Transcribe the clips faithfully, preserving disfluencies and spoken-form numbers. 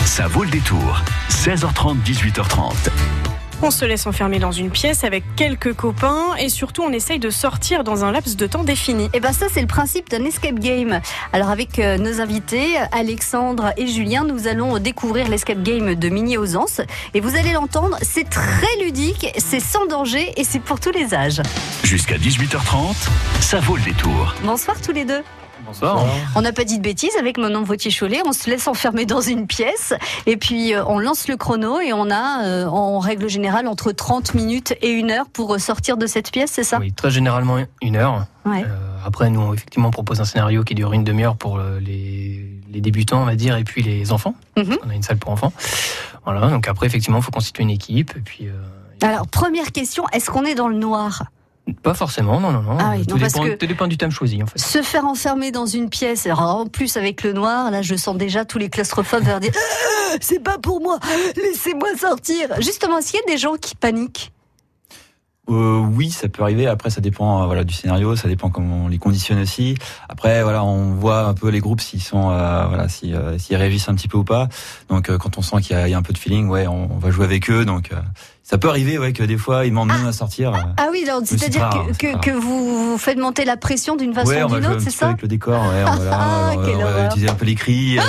Ça vaut le détour. seize heures trente, dix-huit heures trente. On se laisse enfermer dans une pièce avec quelques copains et surtout on essaye de sortir dans un laps de temps défini. Et bien ça c'est le principe d'un escape game. Alors avec euh, nos invités, Alexandre et Julien, nous allons découvrir l'escape game de Migné-Auzance. Et vous allez l'entendre, c'est très ludique, c'est sans danger et c'est pour tous les âges. Jusqu'à dix-huit heures trente, ça vaut le détour. Bonsoir tous les deux. Bonsoir. On n'a pas dit de bêtises avec Manon Vautier-Cholet, on se laisse enfermer dans une pièce et puis euh, on lance le chrono et on a euh, en règle générale entre trente minutes et une heure pour sortir de cette pièce, c'est ça ? Oui, très généralement une heure. Ouais. Euh, après, nous, on, effectivement, on propose un scénario qui dure une demi-heure pour euh, les, les débutants, on va dire, et puis les enfants. Mm-hmm. On a une salle pour enfants. Voilà, donc après, effectivement, il faut constituer une équipe. Et puis, euh, Alors, première question, est-ce qu'on est dans le noir ? Pas forcément, non, non, non. Ah oui, tout, non, parce dépend, que tout dépend du thème choisi, en fait. Se faire enfermer dans une pièce, alors en plus avec le noir, là je sens déjà tous les claustrophobes vers dire ah, c'est pas pour moi, laissez-moi sortir. Justement, est-ce qu'il y a des gens qui paniquent ? Euh, oui, ça peut arriver. Après, ça dépend, euh, voilà, du scénario, ça dépend comment on les conditionne aussi. Après, voilà, on voit un peu les groupes s'ils sont, euh, voilà, si, euh, s'ils réagissent un petit peu ou pas. Donc, euh, quand on sent qu'il y a, il y a un peu de feeling, ouais, on, on va jouer avec eux. Donc, euh, ça peut arriver, ouais, que des fois ils demandent ah, même à sortir. Euh, ah oui, donc, c'est-à-dire c'est rare, que, que, que vous, vous faites monter la pression d'une façon ouais, ou d'une autre, c'est ça ? Avec le décor, ouais, on, voilà, Ah, on, quelle on va horreur. utiliser un peu les cris. Euh...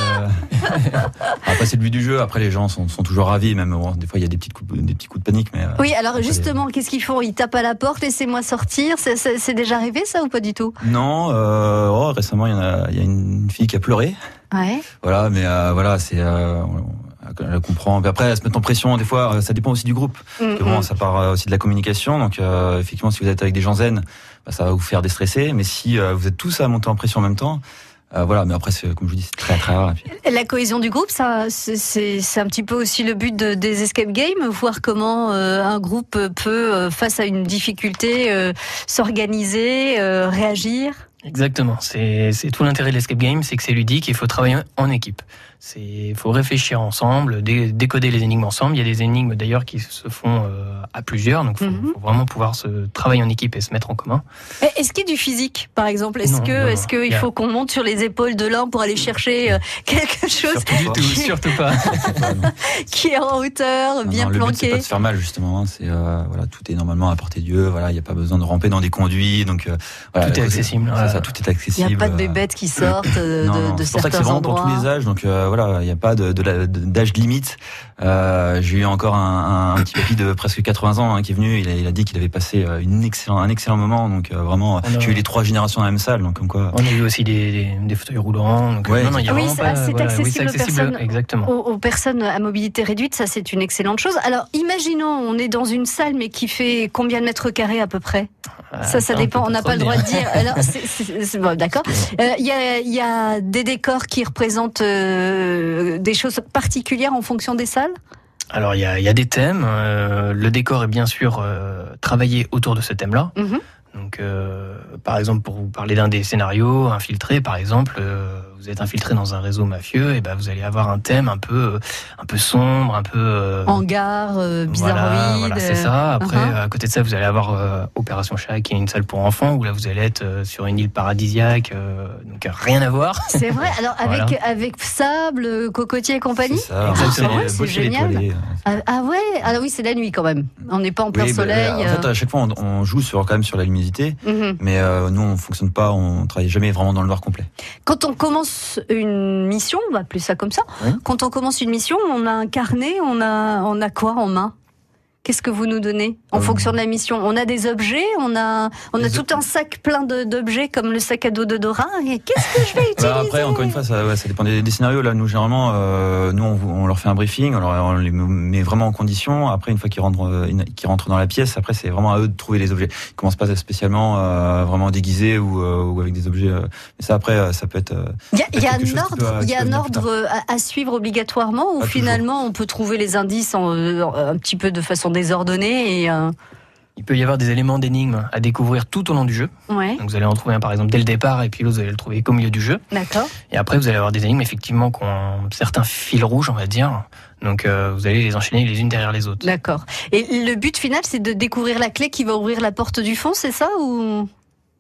Après, c'est le but du jeu. Après, les gens sont, sont toujours ravis, même bon, des fois il y a des petites coups, des petits coups de panique, mais. Euh, oui, alors après, justement, les... qu'est-ce qu'ils font ? Ils tapent à la porte, laissez-moi sortir. C'est, c'est, c'est déjà arrivé ça ou pas du tout ? Non, euh, oh, récemment il y en a, il y a une fille qui a pleuré. Ouais. Voilà, mais euh, voilà, c'est. Euh, elle comprend. Puis après, elle se met en pression. Des fois, ça dépend aussi du groupe. Mm-hmm. Que bon, ça part aussi de la communication. Donc, euh, effectivement, si vous êtes avec des gens zen, bah, ça va vous faire déstresser. Mais si euh, vous êtes tous à monter en pression en même temps, euh, voilà. Mais après, c'est, comme je vous dis, c'est très très rare. Puis... La cohésion du groupe, ça, c'est, c'est, c'est un petit peu aussi le but de, des escape games, voir comment euh, un groupe peut, euh, face à une difficulté, euh, s'organiser, euh, réagir. Exactement. C'est, c'est tout l'intérêt de l'escape game, c'est que c'est ludique et il faut travailler en équipe. Il faut réfléchir ensemble, dé, décoder les énigmes ensemble. Il y a des énigmes d'ailleurs qui se font euh, à plusieurs, donc il faut, mm-hmm. faut vraiment pouvoir se travailler en équipe et se mettre en commun. Est-ce qu'il y a du physique, par exemple ? Est-ce non, que, non, est-ce qu'il a... faut qu'on monte sur les épaules de l'un pour aller chercher euh, quelque chose surtout du tout, surtout pas. qui est en hauteur, bien non, non, planqué. Le but, c'est pas de se faire mal justement. C'est euh, voilà, tout est normalement à portée d'yeux. Voilà, il n'y a pas besoin de ramper dans des conduits. Donc euh, voilà, tout est accessible. C'est ça, tout est accessible. Il n'y a pas de bébêtes qui sortent de, non, de c'est pour certains ça que c'est vraiment endroits. pour tous les âges. Donc euh, voilà, il n'y a pas de, de la, de, d'âge limite. Euh, j'ai eu encore un, un, un petit papy de presque quatre-vingts ans hein, qui est venu. Il a, il a dit qu'il avait passé une excellent, un excellent moment. Donc euh, vraiment, oh, j'ai eu les trois générations dans la même salle. Donc comme quoi. On a eu aussi des, des, des fauteuils roulants. Donc, ouais, non, non, il y a oui, vraiment c'est, pas, c'est, voilà, accessible oui, c'est accessible aux personnes, exactement. Aux, aux personnes à mobilité réduite. Ça, c'est une excellente chose. Alors, imaginons, on est dans une salle, mais qui fait combien de mètres carrés à peu près ? Ah, ça, ça dépend. On n'a pas le droit de dire. Alors, c'est, c'est, c'est, bon, d'accord. Il euh, y, a, y a des décors qui représentent euh, des choses particulières en fonction des salles ? Alors, il y a, y a des thèmes. Euh, le décor est bien sûr euh, travaillé autour de ce thème-là. Mm-hmm. Donc, euh, par exemple, pour vous parler d'un des scénarios, infiltré, par exemple, euh, vous êtes infiltré dans un réseau mafieux, et ben vous allez avoir un thème un peu, un peu sombre, un peu euh, hangar, euh, bizarroïde. Voilà, voilà, c'est ça. Après, uh-huh. à côté de ça, vous allez avoir euh, Opération Chat, qui est une salle pour enfants, où là vous allez être euh, sur une île paradisiaque, euh, donc rien à voir. C'est vrai. Alors avec voilà. avec sable, cocotier et compagnie. C'est ça. Ah, c'est, vrai, c'est génial. Étoilé. Ah, ah ouais. Alors oui, c'est la nuit quand même. On n'est pas en plein oui, soleil. Bah, en fait, à chaque fois, on, on joue sur quand même sur la luminosité, mm-hmm. mais euh, nous, on fonctionne pas, on travaille jamais vraiment dans le noir complet. Quand on commence une mission, on va appeler ça comme ça. Oui. Quand on commence une mission, on a un carnet, on a, on a quoi en main ? Qu'est-ce que vous nous donnez en euh, fonction de la mission ? On a des objets, on a, on a tout un sac plein de, d'objets comme le sac à dos de Dora. Et qu'est-ce que je vais utiliser ? Alors après, encore une fois, ça, ouais, ça dépend des, des scénarios. Là, nous généralement, euh, nous on, on leur fait un briefing, on, leur, on les met vraiment en condition. Après, une fois qu'ils rentrent, euh, qu'ils rentrent dans la pièce, après c'est vraiment à eux de trouver les objets. Ils commencent pas spécialement euh, vraiment déguisés ou, euh, ou avec des objets. Euh, mais ça, après, ça peut être. Il y a, y a un ordre, il y a un ordre à, à suivre obligatoirement, ou finalement toujours. On peut trouver les indices en, un petit peu de façon désordonnée et. Euh... Il peut y avoir des éléments d'énigme à découvrir tout au long du jeu. Ouais. Donc vous allez en trouver un par exemple dès le départ et puis l'autre vous allez le trouver qu'au milieu du jeu. D'accord. Et après vous allez avoir des énigmes effectivement qui ont un certain fil rouge on va dire. Donc euh, vous allez les enchaîner les unes derrière les autres. D'accord. Et le but final c'est de découvrir la clé qui va ouvrir la porte du fond, c'est ça ou ?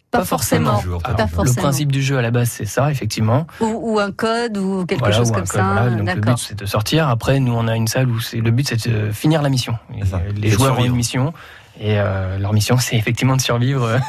Pas forcément. Jour, pas Alors, forcément. le principe du jeu à la base, c'est ça, effectivement. Ou, ou un code ou quelque Voilà, chose ou un comme code, ça. voilà. Donc le D'accord. but, c'est de sortir. Après, nous, on a une salle où c'est le but, c'est de finir la mission. Et C'est ça. les Et joueurs ont survivre. une mission. Et euh, leur mission, c'est effectivement de survivre.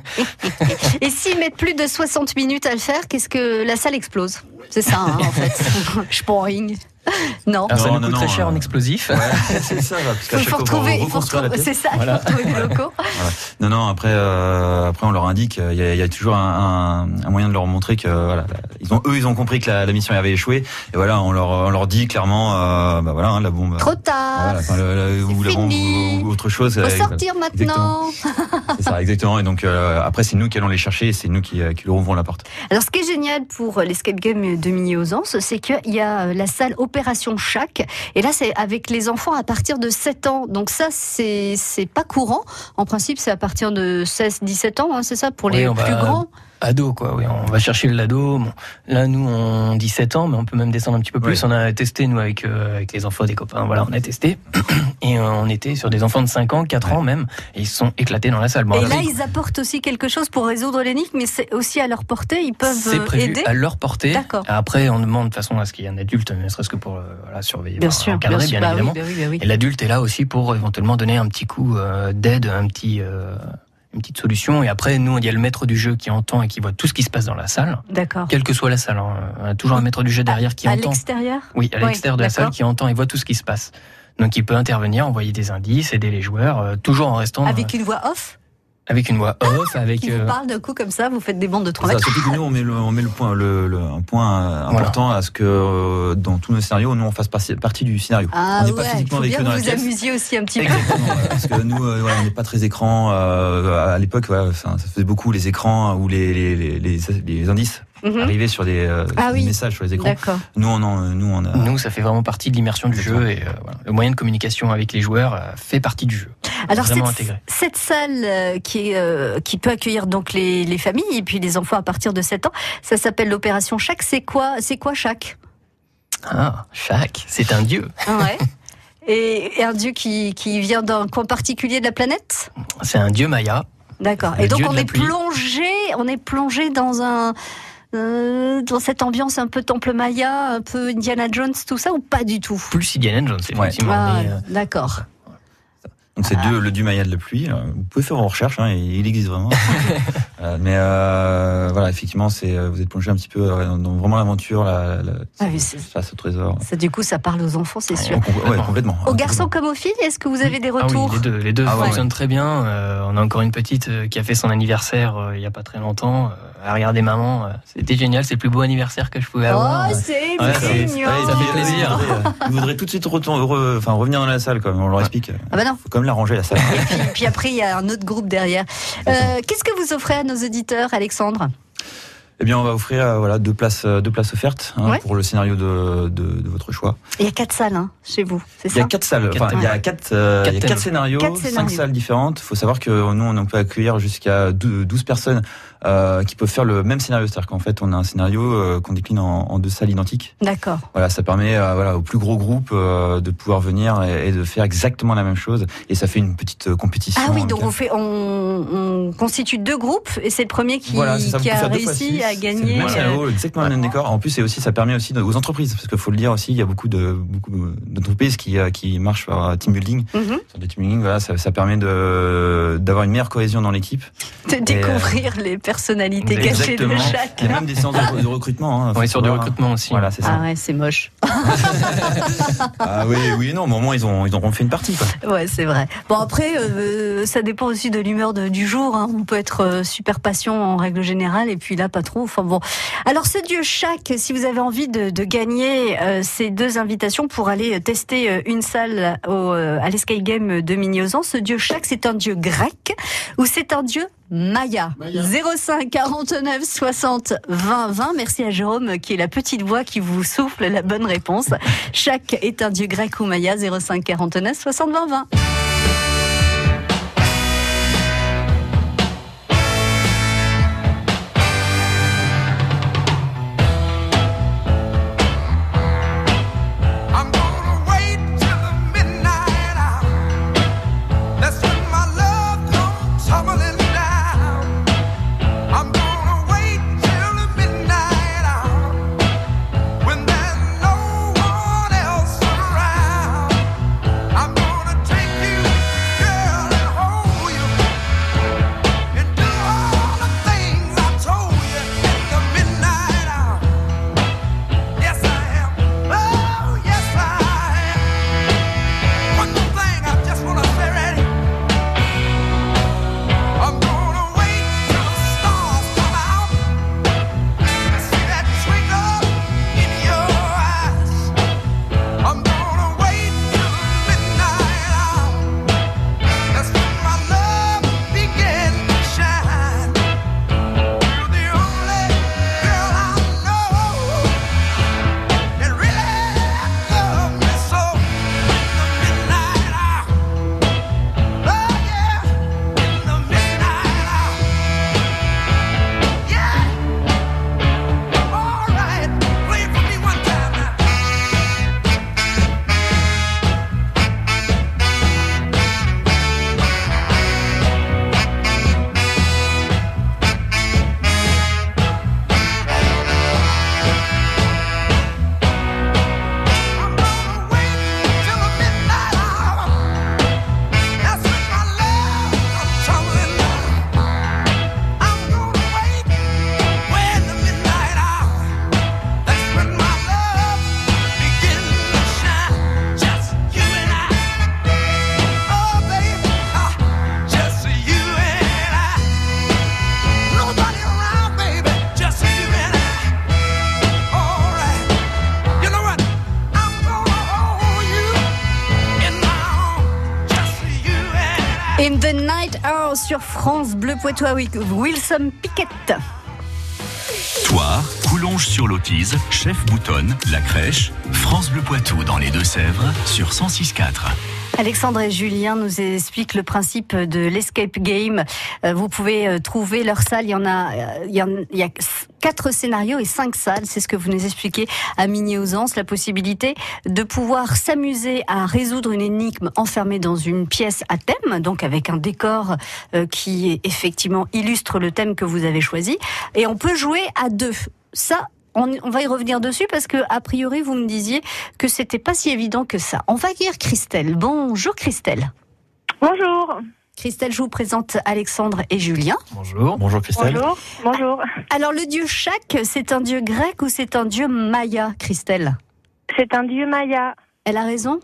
Et s'ils mettent plus de soixante minutes à le faire, qu'est-ce que la salle explose? C'est ça, hein, en fait. Sporing. Non. Alors, ça Non, nous non, coûte non, très cher euh, en explosif. Ouais, c'est ça, parce qu'à Il chaque faut fois, faut retrouver, il faut reconstruire la retrouver, pièce. c'est ça, Voilà. il faut retrouver les locaux. Non, non. Après, euh, après, on leur indique, il y a, il y a toujours un, un, un moyen de leur montrer que, voilà, ils ont, eux, ils ont compris que la, la mission avait échoué. Et voilà, on leur, on leur dit clairement, euh, bah voilà, hein, la bombe. Trop tard. Voilà, enfin, le- le- ou C'est la bombe fini. ou, ou autre chose. Faut euh, sortir maintenant. C'est ça, exactement. Et donc, euh, après, c'est nous qui allons les chercher et c'est nous qui, euh, qui leur ouvrons la porte. Alors, ce qui est génial pour l'escape game de Mini-Ausence, c'est qu'il y a la salle Opération Shack. Et là, c'est avec les enfants à partir de sept ans. Donc ça, c'est c'est pas courant. En principe, c'est à partir de seize dix-sept ans, hein, c'est ça, pour Oui, les on plus va- grands. Ado, quoi. Oui, on va chercher le l'ado. Bon, là, nous, on dit sept ans, mais on peut même descendre un petit peu plus. Oui. On a testé, nous, avec, euh, avec les enfants des copains. Voilà, on a testé. Et euh, on était sur des enfants de cinq ans, quatre Ouais. ans même. Et ils se sont éclatés dans la salle. Bon, Et après, là, ils apportent aussi quelque chose pour résoudre l'énigme, mais c'est aussi à leur portée. Ils peuvent c'est euh, prévu aider. à leur portée. D'accord. Après, on demande de toute façon à ce qu'il y ait un adulte, ne serait-ce que pour euh, voilà, surveiller, Bien enfin, sûr, encadrer, bien sûr. bien Bah oui, évidemment. bah oui, bah oui. Et l'adulte est là aussi pour éventuellement donner un petit coup euh, d'aide, un petit, euh, une petite solution. Et après, nous, il y a le maître du jeu qui entend et qui voit tout ce qui se passe dans la salle, D'accord. quelle que soit la salle. Hein. On a toujours un maître du jeu derrière qui À entend. l'extérieur. Oui, à Ouais, l'extérieur de la d'accord. salle, qui entend et voit tout ce qui se passe. Donc, il peut intervenir, envoyer des indices, aider les joueurs, euh, toujours en restant Avec euh, une voix off avec une voix off, avec. qui vous euh, parle d'un coup comme ça, vous faites des bandes de trois Ça, mètres. surtout que nous, on met le, on met le point, le, le- un point euh, important à ce que euh, dans tous nos scénarios, nous, on fasse partie, partie du scénario. Ah on n'est ouais, pas physiquement faut avec bien eux que dans la vous pièce. amusiez aussi un petit peu. Exactement, ouais, parce que nous, euh, ouais, on n'est pas très écran. Euh, à l'époque, ouais, ça, ça faisait beaucoup les écrans ou les, les, les, les, les indices Mhm. arrivaient sur des, euh, Ah des oui. messages sur les écrans. D'accord. Nous, on, en, nous, on a. Nous, ça fait vraiment partie de l'immersion du Exactement. jeu et euh, voilà, le moyen de communication avec les joueurs euh, fait partie du jeu. Alors Vraiment cette, intégré. cette salle euh, qui, est, euh, qui peut accueillir donc les, les familles et puis les enfants à partir de sept ans, ça s'appelle l'opération Shack. C'est quoi, c'est quoi Shack? Ah, Shack, c'est un dieu. Ouais. Et, et un dieu qui, qui vient d'un coin particulier de la planète? C'est un dieu maya. D'accord. Le Et donc dieu de on la est pluie. plongé, on est plongé dans un euh, dans cette ambiance un peu temple maya, un peu Indiana Jones, tout ça, ou pas du tout? Plus Indiana Jones, effectivement. Ah, mais, euh, d'accord. Donc c'est Dieu, le dieu maya de la pluie. Alors, vous pouvez faire vos recherches, hein, il existe vraiment. Euh, mais euh, voilà, effectivement, c'est vous êtes plongé un petit peu euh, dans vraiment l'aventure, la, la, Ah oui, c'est- chasse au trésor. Ça, du coup, ça parle aux enfants, c'est sûr. Donc, on- ouais, complètement. Aux garçons comme aux filles, est-ce que vous avez des ah oui, retours? les deux, les deux Ah ouais, fonctionnent très bien. Euh, on a encore une petite euh, qui a fait son anniversaire euh, il y a pas très longtemps. Euh, à regarder maman, euh, c'était génial, c'est le plus beau anniversaire que je pouvais avoir. Oh, Euh, c'est Ouais, c'est- mignon. ouais, ça fait plaisir. Il voudrait tout de suite retourner, re- enfin, revenir dans la salle, quand même. On leur explique. Ah bah non. Faut quand même la ranger, la salle. Et puis, puis après, il y a un autre groupe derrière. Euh, Qu'est-ce que vous offrez à nos auditeurs, Alexandre? Eh bien, on va offrir euh, voilà deux places, euh, deux places offertes hein, Ouais. pour le scénario de, de, de votre choix. Il y a quatre salles hein, chez vous, c'est Il y a ça? quatre salles, Quatre enfin il y a quatre, euh, Quatre il y a thèmes. quatre scénarios, Quatre cinq scénarios. salles différentes. Il faut savoir que nous on peut accueillir jusqu'à douze personnes euh, qui peuvent faire le même scénario, c'est-à-dire qu'en fait on a un scénario euh, qu'on décline en, en deux salles identiques. D'accord. Voilà, ça permet euh, voilà au plus gros groupe euh, de pouvoir venir et, et de faire exactement la même chose et ça fait une petite euh, compétition. Ah oui, en donc cas. on, fait, on, on constitue deux groupes et c'est le premier qui, Voilà, c'est ça, vous qui pouvez a faire deux fois réussi six, à c'est le gagner. même euh, scénario, exactement le même décor. En plus, c'est aussi, ça permet aussi de- aux entreprises, parce qu'il faut le dire aussi, il y a beaucoup de beaucoup d'entreprises qui euh, qui marchent par team building. mhm, Sur des team building, voilà, ça, ça permet de d'avoir une meilleure cohésion dans l'équipe. de découvrir les personnalités Vous cachées de Exactement. chaque. Il y a même des séances de, de recrutement. Hein, On est faut sur du savoir. recrutement aussi. Voilà, c'est ça. Ah ouais, c'est moche. Ah oui, oui, et non, mais au moins ils ont ils auront fait une partie, quoi. Ouais, c'est vrai. Bon, après, euh, ça dépend aussi de l'humeur de- du jour. Hein. On peut être euh, super patient en règle générale, et puis là, pas trop. Enfin bon. Alors, ce dieu Shack, si vous avez envie de, de gagner euh, ces deux invitations pour aller tester euh, une salle au, euh, à l'Escape Game de Mini-Ausence, ce dieu Shack, c'est un dieu grec ou c'est un dieu Maya. zéro cinq quarante-neuf soixante vingt vingt. Merci à Jérôme qui est la petite voix qui vous souffle la bonne réponse. Shack est un dieu grec ou Maya. zéro cinq quarante-neuf soixante vingt vingt. I'm gonna wait till the midnight hour. That's when my love comes tumbling down. In the Night Hour sur France Bleu Poitou avec Wilson Piquet. Toire, Coulonges-sur-l'Autise, Chef Boutonne, La Crèche, France Bleu Poitou dans les Deux-Sèvres sur cent six virgule quatre. Alexandre et Julien nous expliquent le principe de l'escape game. Vous pouvez trouver leur salle. Il y en a, il y, en, il y a quatre scénarios et cinq salles. C'est ce que vous nous expliquez à Migné-aux-Anses. La possibilité de pouvoir s'amuser à résoudre une énigme enfermée dans une pièce à thème, donc avec un décor qui effectivement illustre le thème que vous avez choisi. Et on peut jouer à deux. Ça, On, on va y revenir dessus parce que, a priori, vous me disiez que c'était pas si évident que ça. On va accueillir Christelle. Bonjour Christelle. Bonjour. Christelle, je vous présente Alexandre et Julien. Bonjour. Bonjour Christelle. Bonjour. Bonjour. Alors, le dieu Chak, c'est un dieu grec ou c'est un dieu maya, Christelle? C'est un dieu maya. Elle a raison?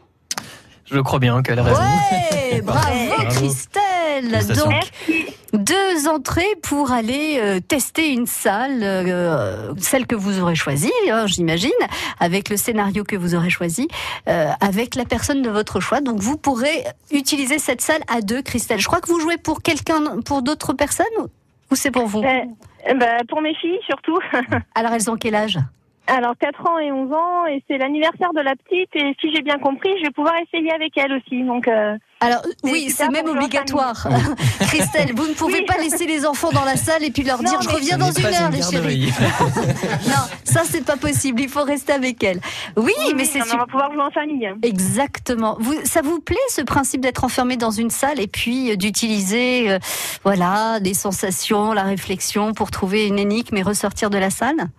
Je crois bien qu'elle a raison. Ouais, bravo, Bravo. Christelle. Donc, Merci. deux entrées pour aller euh, tester une salle, euh, celle que vous aurez choisie, hein, j'imagine, avec le scénario que vous aurez choisi, euh, avec la personne de votre choix. Donc, vous pourrez utiliser cette salle à deux, Christelle. Je crois que vous jouez pour quelqu'un, pour d'autres personnes, ou c'est pour vous? Euh, bah, pour mes filles, surtout. Alors, elles ont quel âge? Alors, quatre ans et onze ans, et c'est l'anniversaire de la petite, et si j'ai bien compris, je vais pouvoir essayer avec elle aussi. Donc, euh, Alors, C'est oui, super c'est même pour jouer en obligatoire. Christelle, vous ne pouvez Oui. pas laisser les enfants dans la salle et puis leur Non, dire « je mais reviens Ce dans n'est une pas heure, une les chéris ». garderie. Non, ça, c'est pas possible. Il faut rester avec elle. Oui, oui, mais oui, c'est on super. va pouvoir jouer en famille. Exactement. Vous, ça vous plaît, ce principe d'être enfermé dans une salle et puis euh, d'utiliser euh, voilà, les sensations, la réflexion pour trouver une énigme et ressortir de la salle?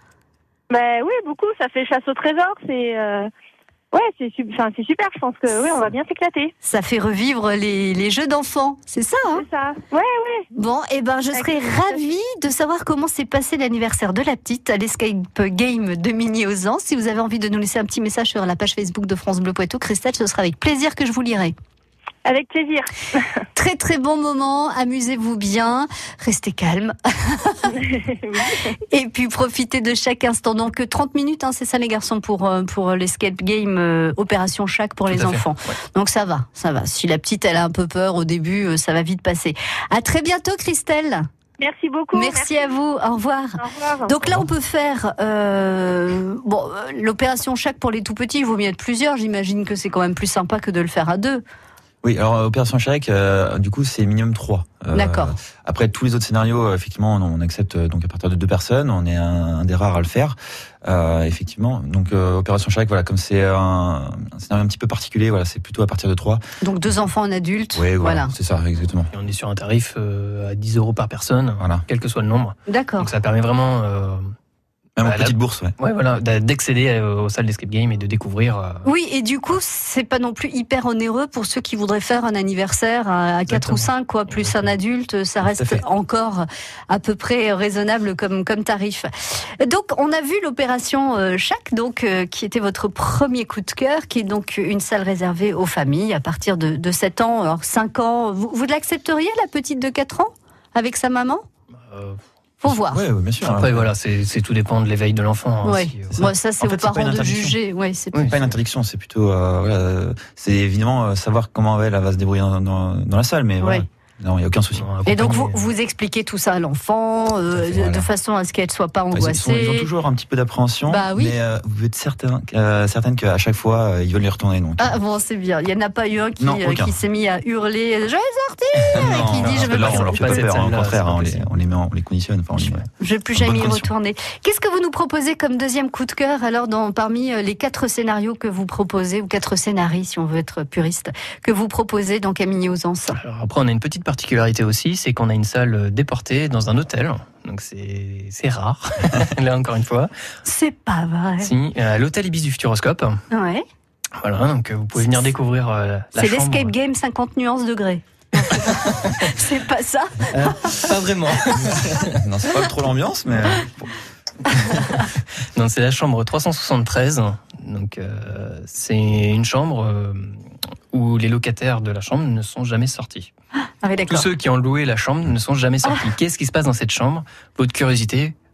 Ben oui, beaucoup. Ça fait chasse au trésor. C'est euh, ouais, c'est su- enfin, c'est super. Je pense que oui, on va bien s'éclater. Ça fait revivre les, les jeux d'enfants. C'est ça, hein? C'est ça. Ouais, ouais. Bon, eh ben, je serais ravie de savoir comment s'est passé l'anniversaire de la petite à l'Escape Game de Migné-aux-Anses. Si vous avez envie de nous laisser un petit message sur la page Facebook de France Bleu Poitou, Christelle, ce sera avec plaisir que je vous lirai. Avec plaisir. Très très bon moment, amusez-vous bien, restez calme et puis profitez de chaque instant. Donc trente minutes, hein, c'est ça les garçons pour, euh, pour l'Escape Game euh, Opération Chak pour Tout les à fait, enfants. ouais. Donc ça va, ça va. Si la petite elle a un peu peur au début, euh, ça va vite passer. À très bientôt Christelle. Merci beaucoup. Merci, à vous, au revoir. Au revoir. Donc là, on peut faire euh, bon, euh, l'opération Chak pour les tout petits. Il vaut mieux être plusieurs. J'imagine que c'est quand même plus sympa que de le faire à deux. Oui, alors euh, Opération Chak, euh, du coup, c'est minimum trois. Euh, D'accord. Après, tous les autres scénarios, euh, effectivement, on, on accepte euh, donc à partir de deux personnes. On est un, un des rares à le faire, euh, effectivement. Donc euh, Opération Chak, voilà, comme c'est un, un scénario un petit peu particulier, voilà, c'est plutôt à partir de trois. Donc deux enfants, un adulte. Oui, voilà, Voilà. c'est ça, exactement. Et on est sur un tarif euh, à dix euros par personne, Voilà. quel que soit le nombre. D'accord. Donc ça permet vraiment euh, Même en Bah, la- petite bourse, ouais. ouais, voilà, d'a- d'accéder euh, aux salles d'escape game et de découvrir. euh, Oui, et du coup, c'est pas non plus hyper onéreux pour ceux qui voudraient faire un anniversaire à quatre Exactement. ou cinq, quoi, plus Exactement. un adulte, ça Tout à reste fait. encore à peu près raisonnable comme, comme tarif. Donc, on a vu l'opération euh, Chak, donc, euh, qui était votre premier coup de cœur, qui est donc une salle réservée aux familles à partir de, de sept ans, alors cinq ans. Vous, vous l'accepteriez, la petite de quatre ans, avec sa maman? euh, Faut voir. Ouais, ouais, bien sûr. Après, hein. voilà, c'est c'est tout dépend de l'éveil de l'enfant. hein, Ouais. si, euh, ça. Moi, ça, c'est En fait, aux c'est pas parents une de interdiction. juger. Ouais, c'est Oui. C'est pas une interdiction, c'est plutôt, euh, voilà, euh, c'est évidemment euh, savoir comment elle, elle va se débrouiller dans, dans, dans la salle, mais voilà. Ouais. Non, il y a aucun souci. non, Et donc, vous, accompagner, vous expliquez tout ça à l'enfant, euh, Tout à fait, de- voilà. de façon à ce qu'elle soit pas Enfin, ils, sont- angoissée. ils ont toujours un petit peu d'appréhension, Bah oui. mais euh, vous pouvez être certain, euh, certaine qu'à chaque fois, euh, ils veulent y retourner. Donc, Ah bon, c'est bien. Il n'y en a pas eu un qui, Non, euh, aucun. qui s'est mis à hurler « Je vais sortir !» non, qui dit, parce je que veux là, pas on leur fait pas pas cette peur, hein, au salle-là, contraire, c'est hein, on, pas les, possible. on les met, en- on les conditionne. Enfin, on les- Je vais plus Bonne jamais y condition. retourner. Qu'est-ce que vous nous proposez comme deuxième coup de cœur alors dans, parmi euh, les quatre scénarios que vous proposez, ou quatre scénarii si on veut être puriste, que vous proposez dans Camille-aux-Anses? Alors après, on a une petite particularité aussi, c'est qu'on a une salle déportée dans un hôtel. Donc c'est c'est rare, là encore une fois. C'est pas vrai. Si, euh, l'hôtel Ibis du Futuroscope. Ouais. Voilà, donc euh, vous pouvez venir découvrir euh, la C'est chambre. l'escape game cinquante nuances degrés. C'est pas ça? Euh, pas vraiment. non, c'est pas trop l'ambiance, mais euh, Non, c'est la chambre trois cent soixante-treize. Donc euh, c'est une chambre euh, où les locataires de la chambre ne sont jamais sortis. Ah oui, Tous d'accord. ceux qui ont loué la chambre ne sont jamais sortis. Qu'est-ce qui se passe dans cette chambre? Votre curiosité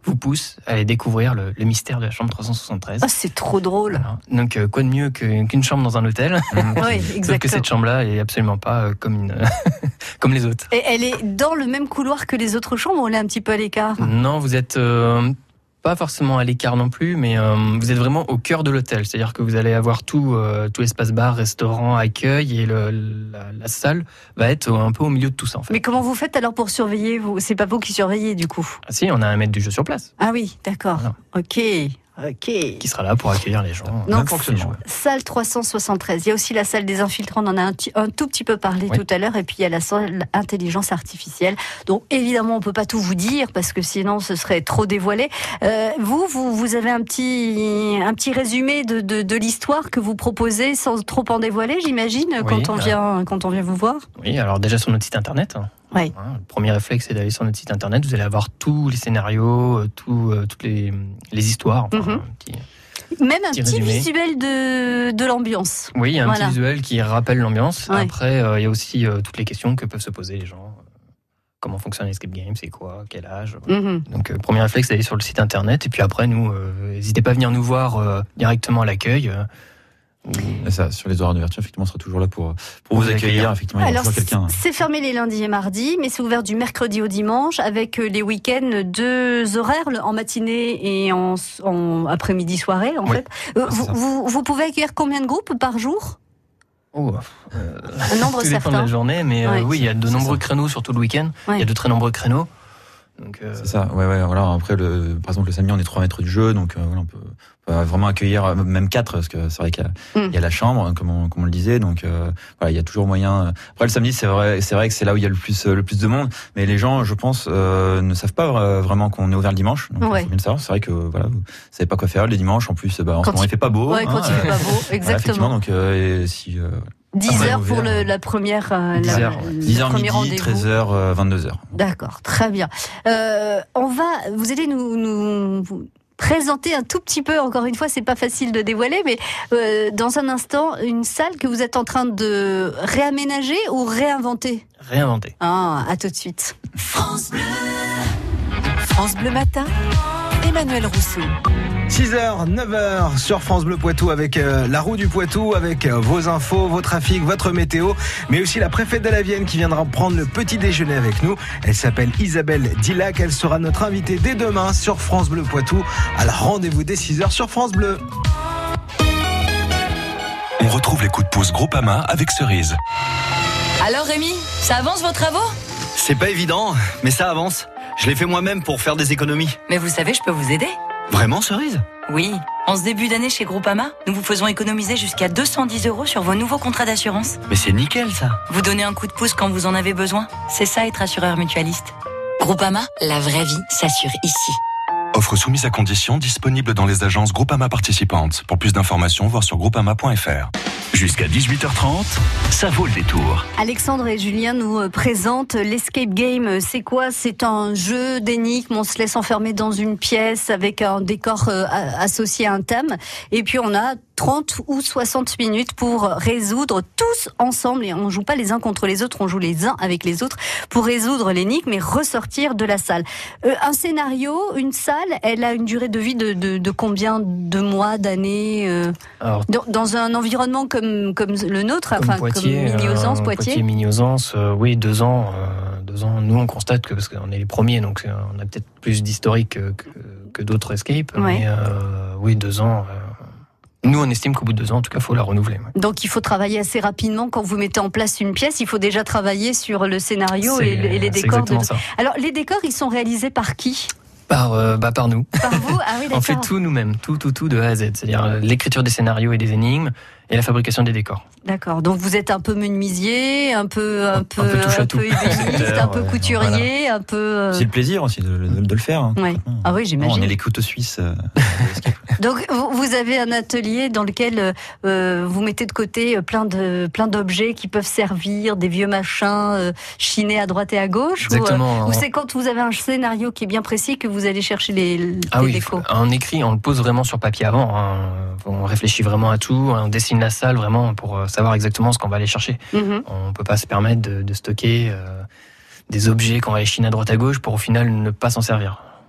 vous pousse à aller découvrir le, le mystère de la chambre trois cent soixante-treize. Ah, c'est trop drôle. Voilà. Donc, euh, quoi de mieux que, qu'une chambre dans un hôtel? Oui, Sauf exactement. que cette chambre-là est absolument pas euh, comme, une, comme les autres. Et elle est dans le même couloir que les autres chambres, ou elle est un petit peu à l'écart? Non, vous êtes euh, pas forcément à l'écart non plus, mais euh, vous êtes vraiment au cœur de l'hôtel. C'est-à-dire que vous allez avoir tout, euh, tout espace bar, restaurant, accueil, et le, la, la salle va être un peu au milieu de tout ça, en fait. Mais comment vous faites alors pour surveiller vous? C'est pas vous qui surveillez du coup? Ah si, on a un maître du jeu sur place. Ah oui, d'accord. Voilà. Ok, ok. Qui sera là pour accueillir les gens. Donc, n'importe quel c'est- joueur. Salle trois cent soixante-treize. Il y a aussi la salle des infiltrants, on en a un, ti- un tout petit peu parlé Oui. tout à l'heure. Et puis il y a la salle intelligence artificielle. Donc évidemment, on peut pas tout vous dire parce que sinon ce serait trop dévoilé. Euh, vous, vous, vous avez un petit, un petit résumé de, de, de l'histoire que vous proposez sans trop en dévoiler, j'imagine, Oui, quand on euh. vient, quand on vient vous voir. Oui, alors déjà sur notre site internet. Oui. Hein, le premier réflexe, c'est d'aller sur notre site internet. Vous allez avoir tous les scénarios, euh, tout, euh, toutes les, les histoires. Enfin, Mhm. un petit- Même un Petit petit résumé. visuel de, de l'ambiance. Oui, il y a un Voilà. petit visuel qui rappelle l'ambiance. Ouais. Après, euh, il y a aussi euh, toutes les questions que peuvent se poser les gens. Comment fonctionne l'escape game, c'est quoi, quel âge. Mhm. Donc, euh, premier réflexe, d'aller sur le site internet. Et puis après, nous, euh, n'hésitez pas à venir nous voir euh, directement à l'accueil. euh, ou- Et ça, sur les horaires d'ouverture, effectivement, on sera toujours là pour, pour Vous vous accueillir. accueillir. Effectivement, il y a Alors, toujours quelqu'un. c'est fermé les lundis et mardis, mais c'est ouvert du mercredi au dimanche, avec euh, les week-ends deux horaires, le- en matinée et en, en après-midi soirée, en Oui. fait. Euh, c'est vous, ça. vous, vous pouvez accueillir combien de groupes par jour? Oh, euh, Un nombre tout dépend de certain. la journée, mais euh, Ouais. oui, il y a de C'est nombreux ça. créneaux, surtout le week-end. Il Ouais. y a de très nombreux créneaux. Donc, euh, C'est ça, ouais, ouais, voilà. Après, le, par exemple, le samedi, on est trois mètres du jeu, donc euh, voilà, on peut, on peut vraiment accueillir euh, même quatre, parce que c'est vrai qu'il y a, Mm. il y a la chambre, comme on, comme on le disait, donc euh, voilà, il y a toujours moyen. Après, le samedi, c'est vrai, c'est vrai que c'est là où il y a le plus, le plus de monde, mais les gens, je pense, euh, ne savent pas euh, vraiment qu'on est ouvert le dimanche. Donc, Ouais. il faut bien le savoir. C'est vrai que voilà, vous savez pas quoi faire les dimanches. En plus, bah, en Quand ce moment, il- il fait pas beau. Ouais, quand hein, il fait pas beau, voilà, effectivement, exactement. donc euh, et si euh, dix après, heures pour ouvert, le, la première, euh, dix la- heures, le dix heures premier midi, rendez-vous. treize heures, euh, vingt-deux heures. D'accord, très bien. Euh, on va, vous allez nous, nous vous présenter un tout petit peu, encore une fois, c'est pas facile de dévoiler, mais euh, dans un instant, une salle que vous êtes en train de réaménager ou réinventer. réinventer. Ah, à tout de suite. France Bleu Matin, Emmanuel Rousseau. six heures, neuf heures sur France Bleu Poitou avec euh, la roue du Poitou, avec euh, vos infos, vos trafics, votre météo, mais aussi la préfète de la Vienne qui viendra prendre le petit déjeuner avec nous. Elle s'appelle Isabelle Dillac, elle sera notre invitée dès demain sur France Bleu Poitou. Alors rendez-vous dès six heures sur France Bleu. On retrouve les coups de pouce Groupama avec Cerise. Alors Rémi, ça avance vos travaux? C'est pas évident, mais ça avance. Je l'ai fait moi-même pour faire des économies. Mais vous savez, je peux vous aider. Vraiment, Cerise? Oui, en ce début d'année chez Groupama, nous vous faisons économiser jusqu'à deux cent dix euros sur vos nouveaux contrats d'assurance. Mais c'est nickel, ça. Vous donnez un coup de pouce quand vous en avez besoin. C'est ça être assureur mutualiste. Groupama, la vraie vie s'assure ici. Offre soumise à conditions disponible dans les agences Groupama participantes. Pour plus d'informations, voir sur groupama point f r. Jusqu'à dix-huit heures trente, ça vaut le détour. Alexandre et Julien nous euh, présentent l'escape game. C'est quoi? C'est un jeu d'énigmes. On se laisse enfermer dans une pièce avec un décor euh, a- associé à un thème. Et puis on a trente ou soixante minutes pour résoudre tous ensemble. Et on joue pas les uns contre les autres, on joue les uns avec les autres pour résoudre l'énigme et ressortir de la salle. Euh, un scénario, une salle, elle a une durée de vie de, de, de combien de mois, d'années euh, Alors, dans, dans un environnement comme, comme le nôtre, comme enfin Poitiers, comme Mini-Ausence, euh, Poitiers. Mini-Ausence, euh, oui, deux ans. euh, deux ans. Nous, on constate que, parce qu'on est les premiers, donc euh, on a peut-être plus d'historique que, que, que d'autres escapes. Ouais. Mais euh, oui, deux ans. euh, nous, on estime qu'au bout de deux ans, en tout cas, il faut la renouveler. ouais. Donc il faut travailler assez rapidement quand vous mettez en place une pièce. Il faut déjà travailler sur le scénario C'est- et, et les c'est décors. exactement De... ça. Alors les décors, ils sont réalisés par qui? Par, euh, bah, par nous. Par vous? Ah oui, On d'accord. fait tout nous-mêmes, tout, tout, tout de A à Z. C'est-à-dire euh, l'écriture des scénarios et des énigmes et la fabrication des décors. D'accord. Donc vous êtes un peu menuisier, un peu, un, Un peu, peu touche à un tout. peu ébéniste, un peu Ouais, couturier, un peu. euh, C'est le plaisir aussi de, de- de le faire. hein, Ouais. concrètement. Ah oui, Non, j'imagine. on est les couteaux suisses. euh, Donc vous vous avez un atelier dans lequel euh, vous mettez de côté plein de plein d'objets qui peuvent servir, des vieux machins euh, chinés à droite et à gauche. ou, euh, Exactement. Ou c'est quand vous avez un scénario qui est bien précis que vous allez chercher les, Ah les oui, défauts. on écrit, on le pose vraiment sur papier avant. hein. On réfléchit vraiment à tout, on dessine la salle vraiment pour euh, savoir exactement ce qu'on va aller chercher. Mhm. On peut pas se permettre de, de stocker euh, des objets qu'on va aller chiner à droite à gauche pour au final ne pas s'en servir.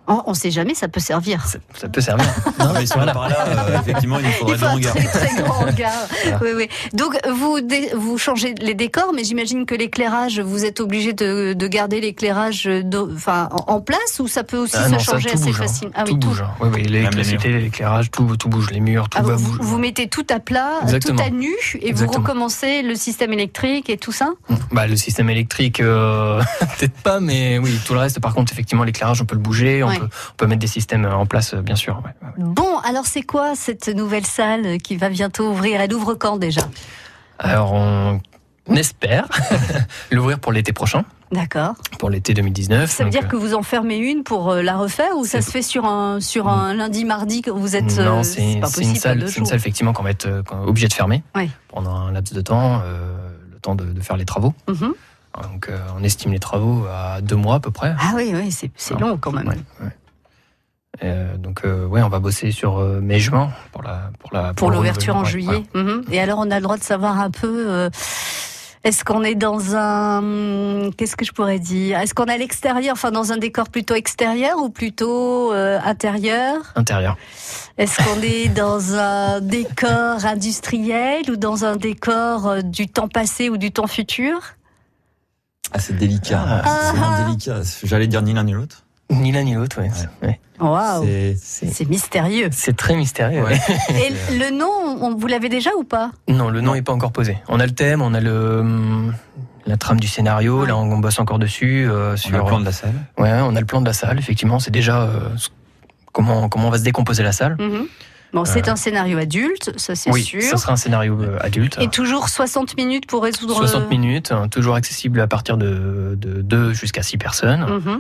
Oh, on ne sait jamais, ça peut servir. Ça, ça peut servir. Non, mais sur par là, euh, effectivement, il nous faudrait Il de faut un longueur. très, très grand regard. Voilà. Oui, oui. Donc, vous, dé- vous changez les décors, mais j'imagine que l'éclairage, vous êtes obligé de, de garder l'éclairage de- enfin, en, en place, ou ça peut aussi Ah se non, ça, changer tout assez bouge, hein. facilement. Ah tout oui, tout. bouge. hein. Oui, oui, l'électricité, l'éclairage, tout, tout bouge. Les murs, tout Ah, va vous, bouger. vous mettez tout à plat, Exactement. tout à nu, et Exactement. vous recommencez le système électrique et tout ça. Bah, le système électrique, euh, peut-être pas, mais oui, tout le reste, par contre, effectivement, l'éclairage, on peut le bouger, on, Ouais. peut, on peut mettre des systèmes en place, bien sûr. Ouais. Bon, alors c'est quoi cette nouvelle salle qui va bientôt ouvrir? Elle ouvre quand déjà? Alors, on espère l'ouvrir pour l'été prochain, D'accord. pour l'été deux mille dix-neuf. Ça veut donc, dire que vous en fermez une pour euh, la refaire, ou ça se fait sur un, sur un lundi, mardi quand vous êtes... Non, euh, c'est pas c'est possible, une salle, pas deux c'est une jours. salle effectivement qu'on va être euh, qu'on est obligé de fermer Oui. pendant un laps de temps, euh, le temps de, de faire les travaux. Mhm. Donc, euh, on estime les travaux à deux mois à peu près. Ah oui, oui, c'est c'est long quand même. Ouais, ouais. Euh, donc, euh, ouais, on va bosser sur euh, mai-juin pour la pour la Pour le l'ouverture en renouvellement, ouais, juillet. Mhm. Et alors, on a le droit de savoir un peu... euh, Est-ce qu'on est dans un... Qu'est-ce que je pourrais dire? Est-ce qu'on est à l'extérieur, enfin dans un décor plutôt extérieur ou plutôt euh, intérieur? voilà. Intérieur. Est-ce qu'on est dans un décor industriel ou dans un décor euh, du temps passé ou du temps futur? Ah, c'est délicat. Ah. C'est vraiment délicat. J'allais dire ni l'un ni l'autre. Ni l'un ni l'autre, ouais. Ouais. Ouais. Waouh, C'est- C'est c'est mystérieux. c'est très mystérieux. Ouais. ouais. Et le nom, on, vous l'avez déjà ou pas? Non, le nom n'est pas encore posé. On a le thème, on a le hum, la trame du scénario. Ouais. Là, on bosse encore dessus. Euh, On sur a le plan de la salle. Ouais, on a le plan de la salle. Effectivement, c'est déjà euh, ce- comment comment on va se décomposer la salle. Mhm. Bon, c'est Euh, un scénario adulte, ça c'est Oui, sûr. ça sera un scénario euh, adulte. Et toujours soixante minutes pour résoudre... soixante minutes, hein, toujours accessible à partir de de deux jusqu'à six personnes. Mhm.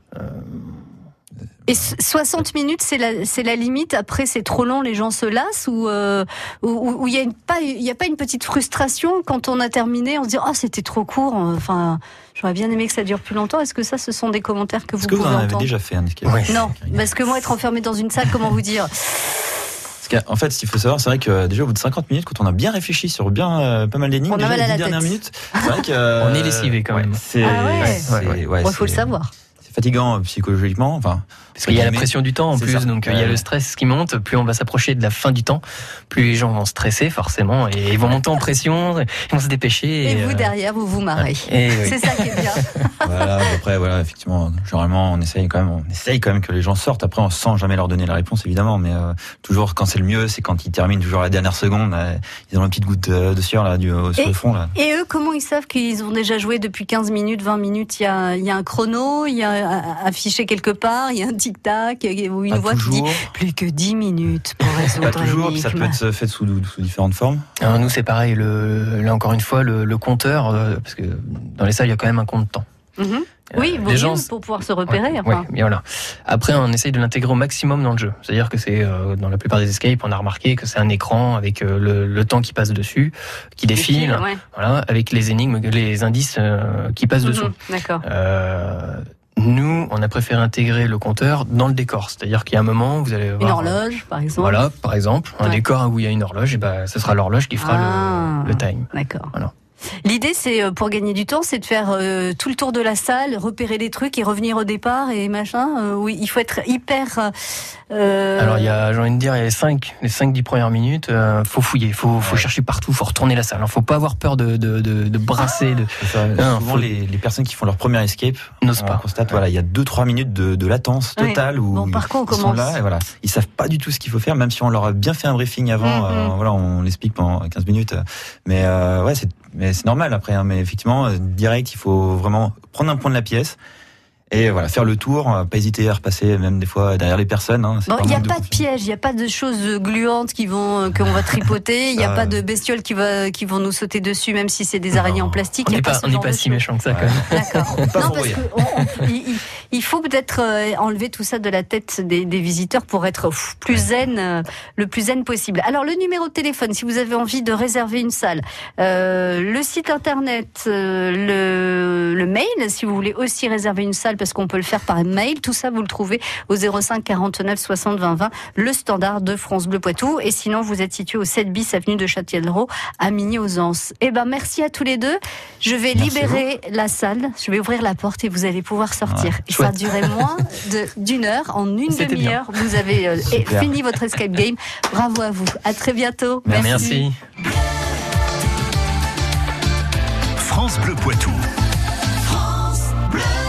Et so- soixante minutes, c'est la, c'est la limite. Après, c'est trop long, les gens se lassent, ou euh, ou il y a une, pas, il y a pas une petite frustration quand on a terminé, on se dit ah c'était trop court. Enfin, j'aurais bien aimé que ça dure plus longtemps. Est-ce que ça, ce sont des commentaires que vous Est-ce que vous pouvez en avez entendre? déjà fait un escape? Ouais. Non, parce que moi, être enfermé dans une salle, comment vous dire? Parce qu'en fait, ce qu'il faut savoir, c'est vrai que déjà au bout de cinquante minutes, quand on a bien réfléchi sur bien euh, pas mal d'énigmes, On a déjà mal à les la dix dernières tête. minutes, c'est vrai que euh, On est lessivé, quand même. C'est Ah ouais. c'est- Ouais, ouais. ouais, Bon, il faut le c'est- savoir. C'est fatigant euh, psychologiquement. Enfin, Parce qu'il y a la Mais- pression du temps en c'est plus, ça. donc euh, il y a Ouais. le stress qui monte. Plus on va s'approcher de la fin du temps, plus les gens vont stresser forcément et ils vont monter en pression, ils vont se dépêcher. Et vous euh, derrière, vous vous marrez. et oui. C'est ça qui est bien. voilà. Après, voilà, effectivement, généralement, on essaye quand même, on essaye quand même que les gens sortent. Après, on sent jamais leur donner la réponse, évidemment, mais euh, toujours quand c'est le mieux, c'est quand ils terminent toujours à la dernière seconde. euh, ils ont une petite goutte de, de sueur là, du, euh, sur Et- le front là. Et eux, comment ils savent qu'ils ont déjà joué depuis quinze minutes, vingt minutes? Il y a, il y a un chrono, il y a un- affiché quelque part, il y a un tic-tac, ou une Pas voix qui dit toujours, plus que dix minutes pour résoudre pas toujours, puis ça peut l'énigme. être fait sous, sous différentes formes. Alors, nous c'est pareil, le, là encore une fois, le, le compteur, euh, parce que dans les salles il y a quand même un compte-temps. Mhm. Oui, Euh, vaut les mieux gens- pour pouvoir se repérer. Ouais, enfin. ouais, mais voilà. Après, on essaye de l'intégrer au maximum dans le jeu. C'est-à-dire que c'est euh, dans la plupart des escapes, on a remarqué que c'est un écran avec euh, le, le temps qui passe dessus, qui Des défile, fils, ouais. voilà, avec les énigmes, les indices euh, qui passent dessous. Mhm, D'accord. Euh, nous, on a préféré intégrer le compteur dans le décor. C'est-à-dire qu'il y a un moment où vous allez Une voir, horloge, par exemple. Voilà, par exemple, un Ouais. décor où il y a une horloge, et ben, ce sera l'horloge qui fera Ah. le, le time. D'accord. Voilà. L'idée, c'est euh, pour gagner du temps, c'est de faire euh, tout le tour de la salle, repérer des trucs et revenir au départ et machin. Euh, oui, il faut être hyper. Euh, Alors, il y a, j'ai envie de dire, il y a les cinq, les cinq, dix premières minutes, euh, faut fouiller, faut, faut Ouais. chercher partout, faut retourner la salle. Il faut pas avoir peur de, de, de, de brasser, de, C'est ça. Non, Souvent, faut- les, les personnes qui font leur premier escape, n'ose on pas. constate, voilà, il y a deux trois minutes de, de latence Ouais. totale où Bon, par contre, on ils sont commence. là et voilà, ils savent pas du tout ce qu'il faut faire, même si on leur a bien fait un briefing avant. Mhm. euh, voilà, on l'explique pendant quinze minutes. Mais euh, ouais, c'est mais c'est normal après. Hein, mais effectivement, euh, direct, il faut vraiment prendre un point de la pièce. Et voilà, faire le tour, euh, pas hésiter à repasser même des fois derrière les personnes. Hein, c'est Bon, il n'y a manque pas de confiance. piège, il n'y a pas de choses gluantes qui vont, euh, qu'on va tripoter, il n'y a Ça, pas euh, de bestioles qui, va, qui vont nous sauter dessus, même si c'est des araignées Non. en plastique. On il y a n'est pas, ce on n'est genre pas de si choses. méchant que ça, quand Ouais. même. D'accord. Pas Non, pour parce rire. que on- on- il, il- il faut peut-être euh, enlever tout ça de la tête des, des visiteurs pour être pff, plus zen, euh, le plus zen possible. Alors le numéro de téléphone, si vous avez envie de réserver une salle, euh, le site internet, euh, le, le mail, si vous voulez aussi réserver une salle, parce qu'on peut le faire par mail, tout ça vous le trouvez au zéro cinq quarante-neuf soixante vingt vingt, le standard de France Bleu Poitou. Et sinon, vous êtes situé au sept bis avenue de Châtellerault à Migny-aux-Anses. Eh ben, merci à tous les deux. Je vais Merci libérer la salle, je vais ouvrir la porte et vous allez pouvoir sortir. Ouais. Et Ça a duré moins de, d'une heure. En une C'était demi-heure, vous avez euh, fini votre escape game. Bravo à vous. À très bientôt. Merci. France Bleu Poitou.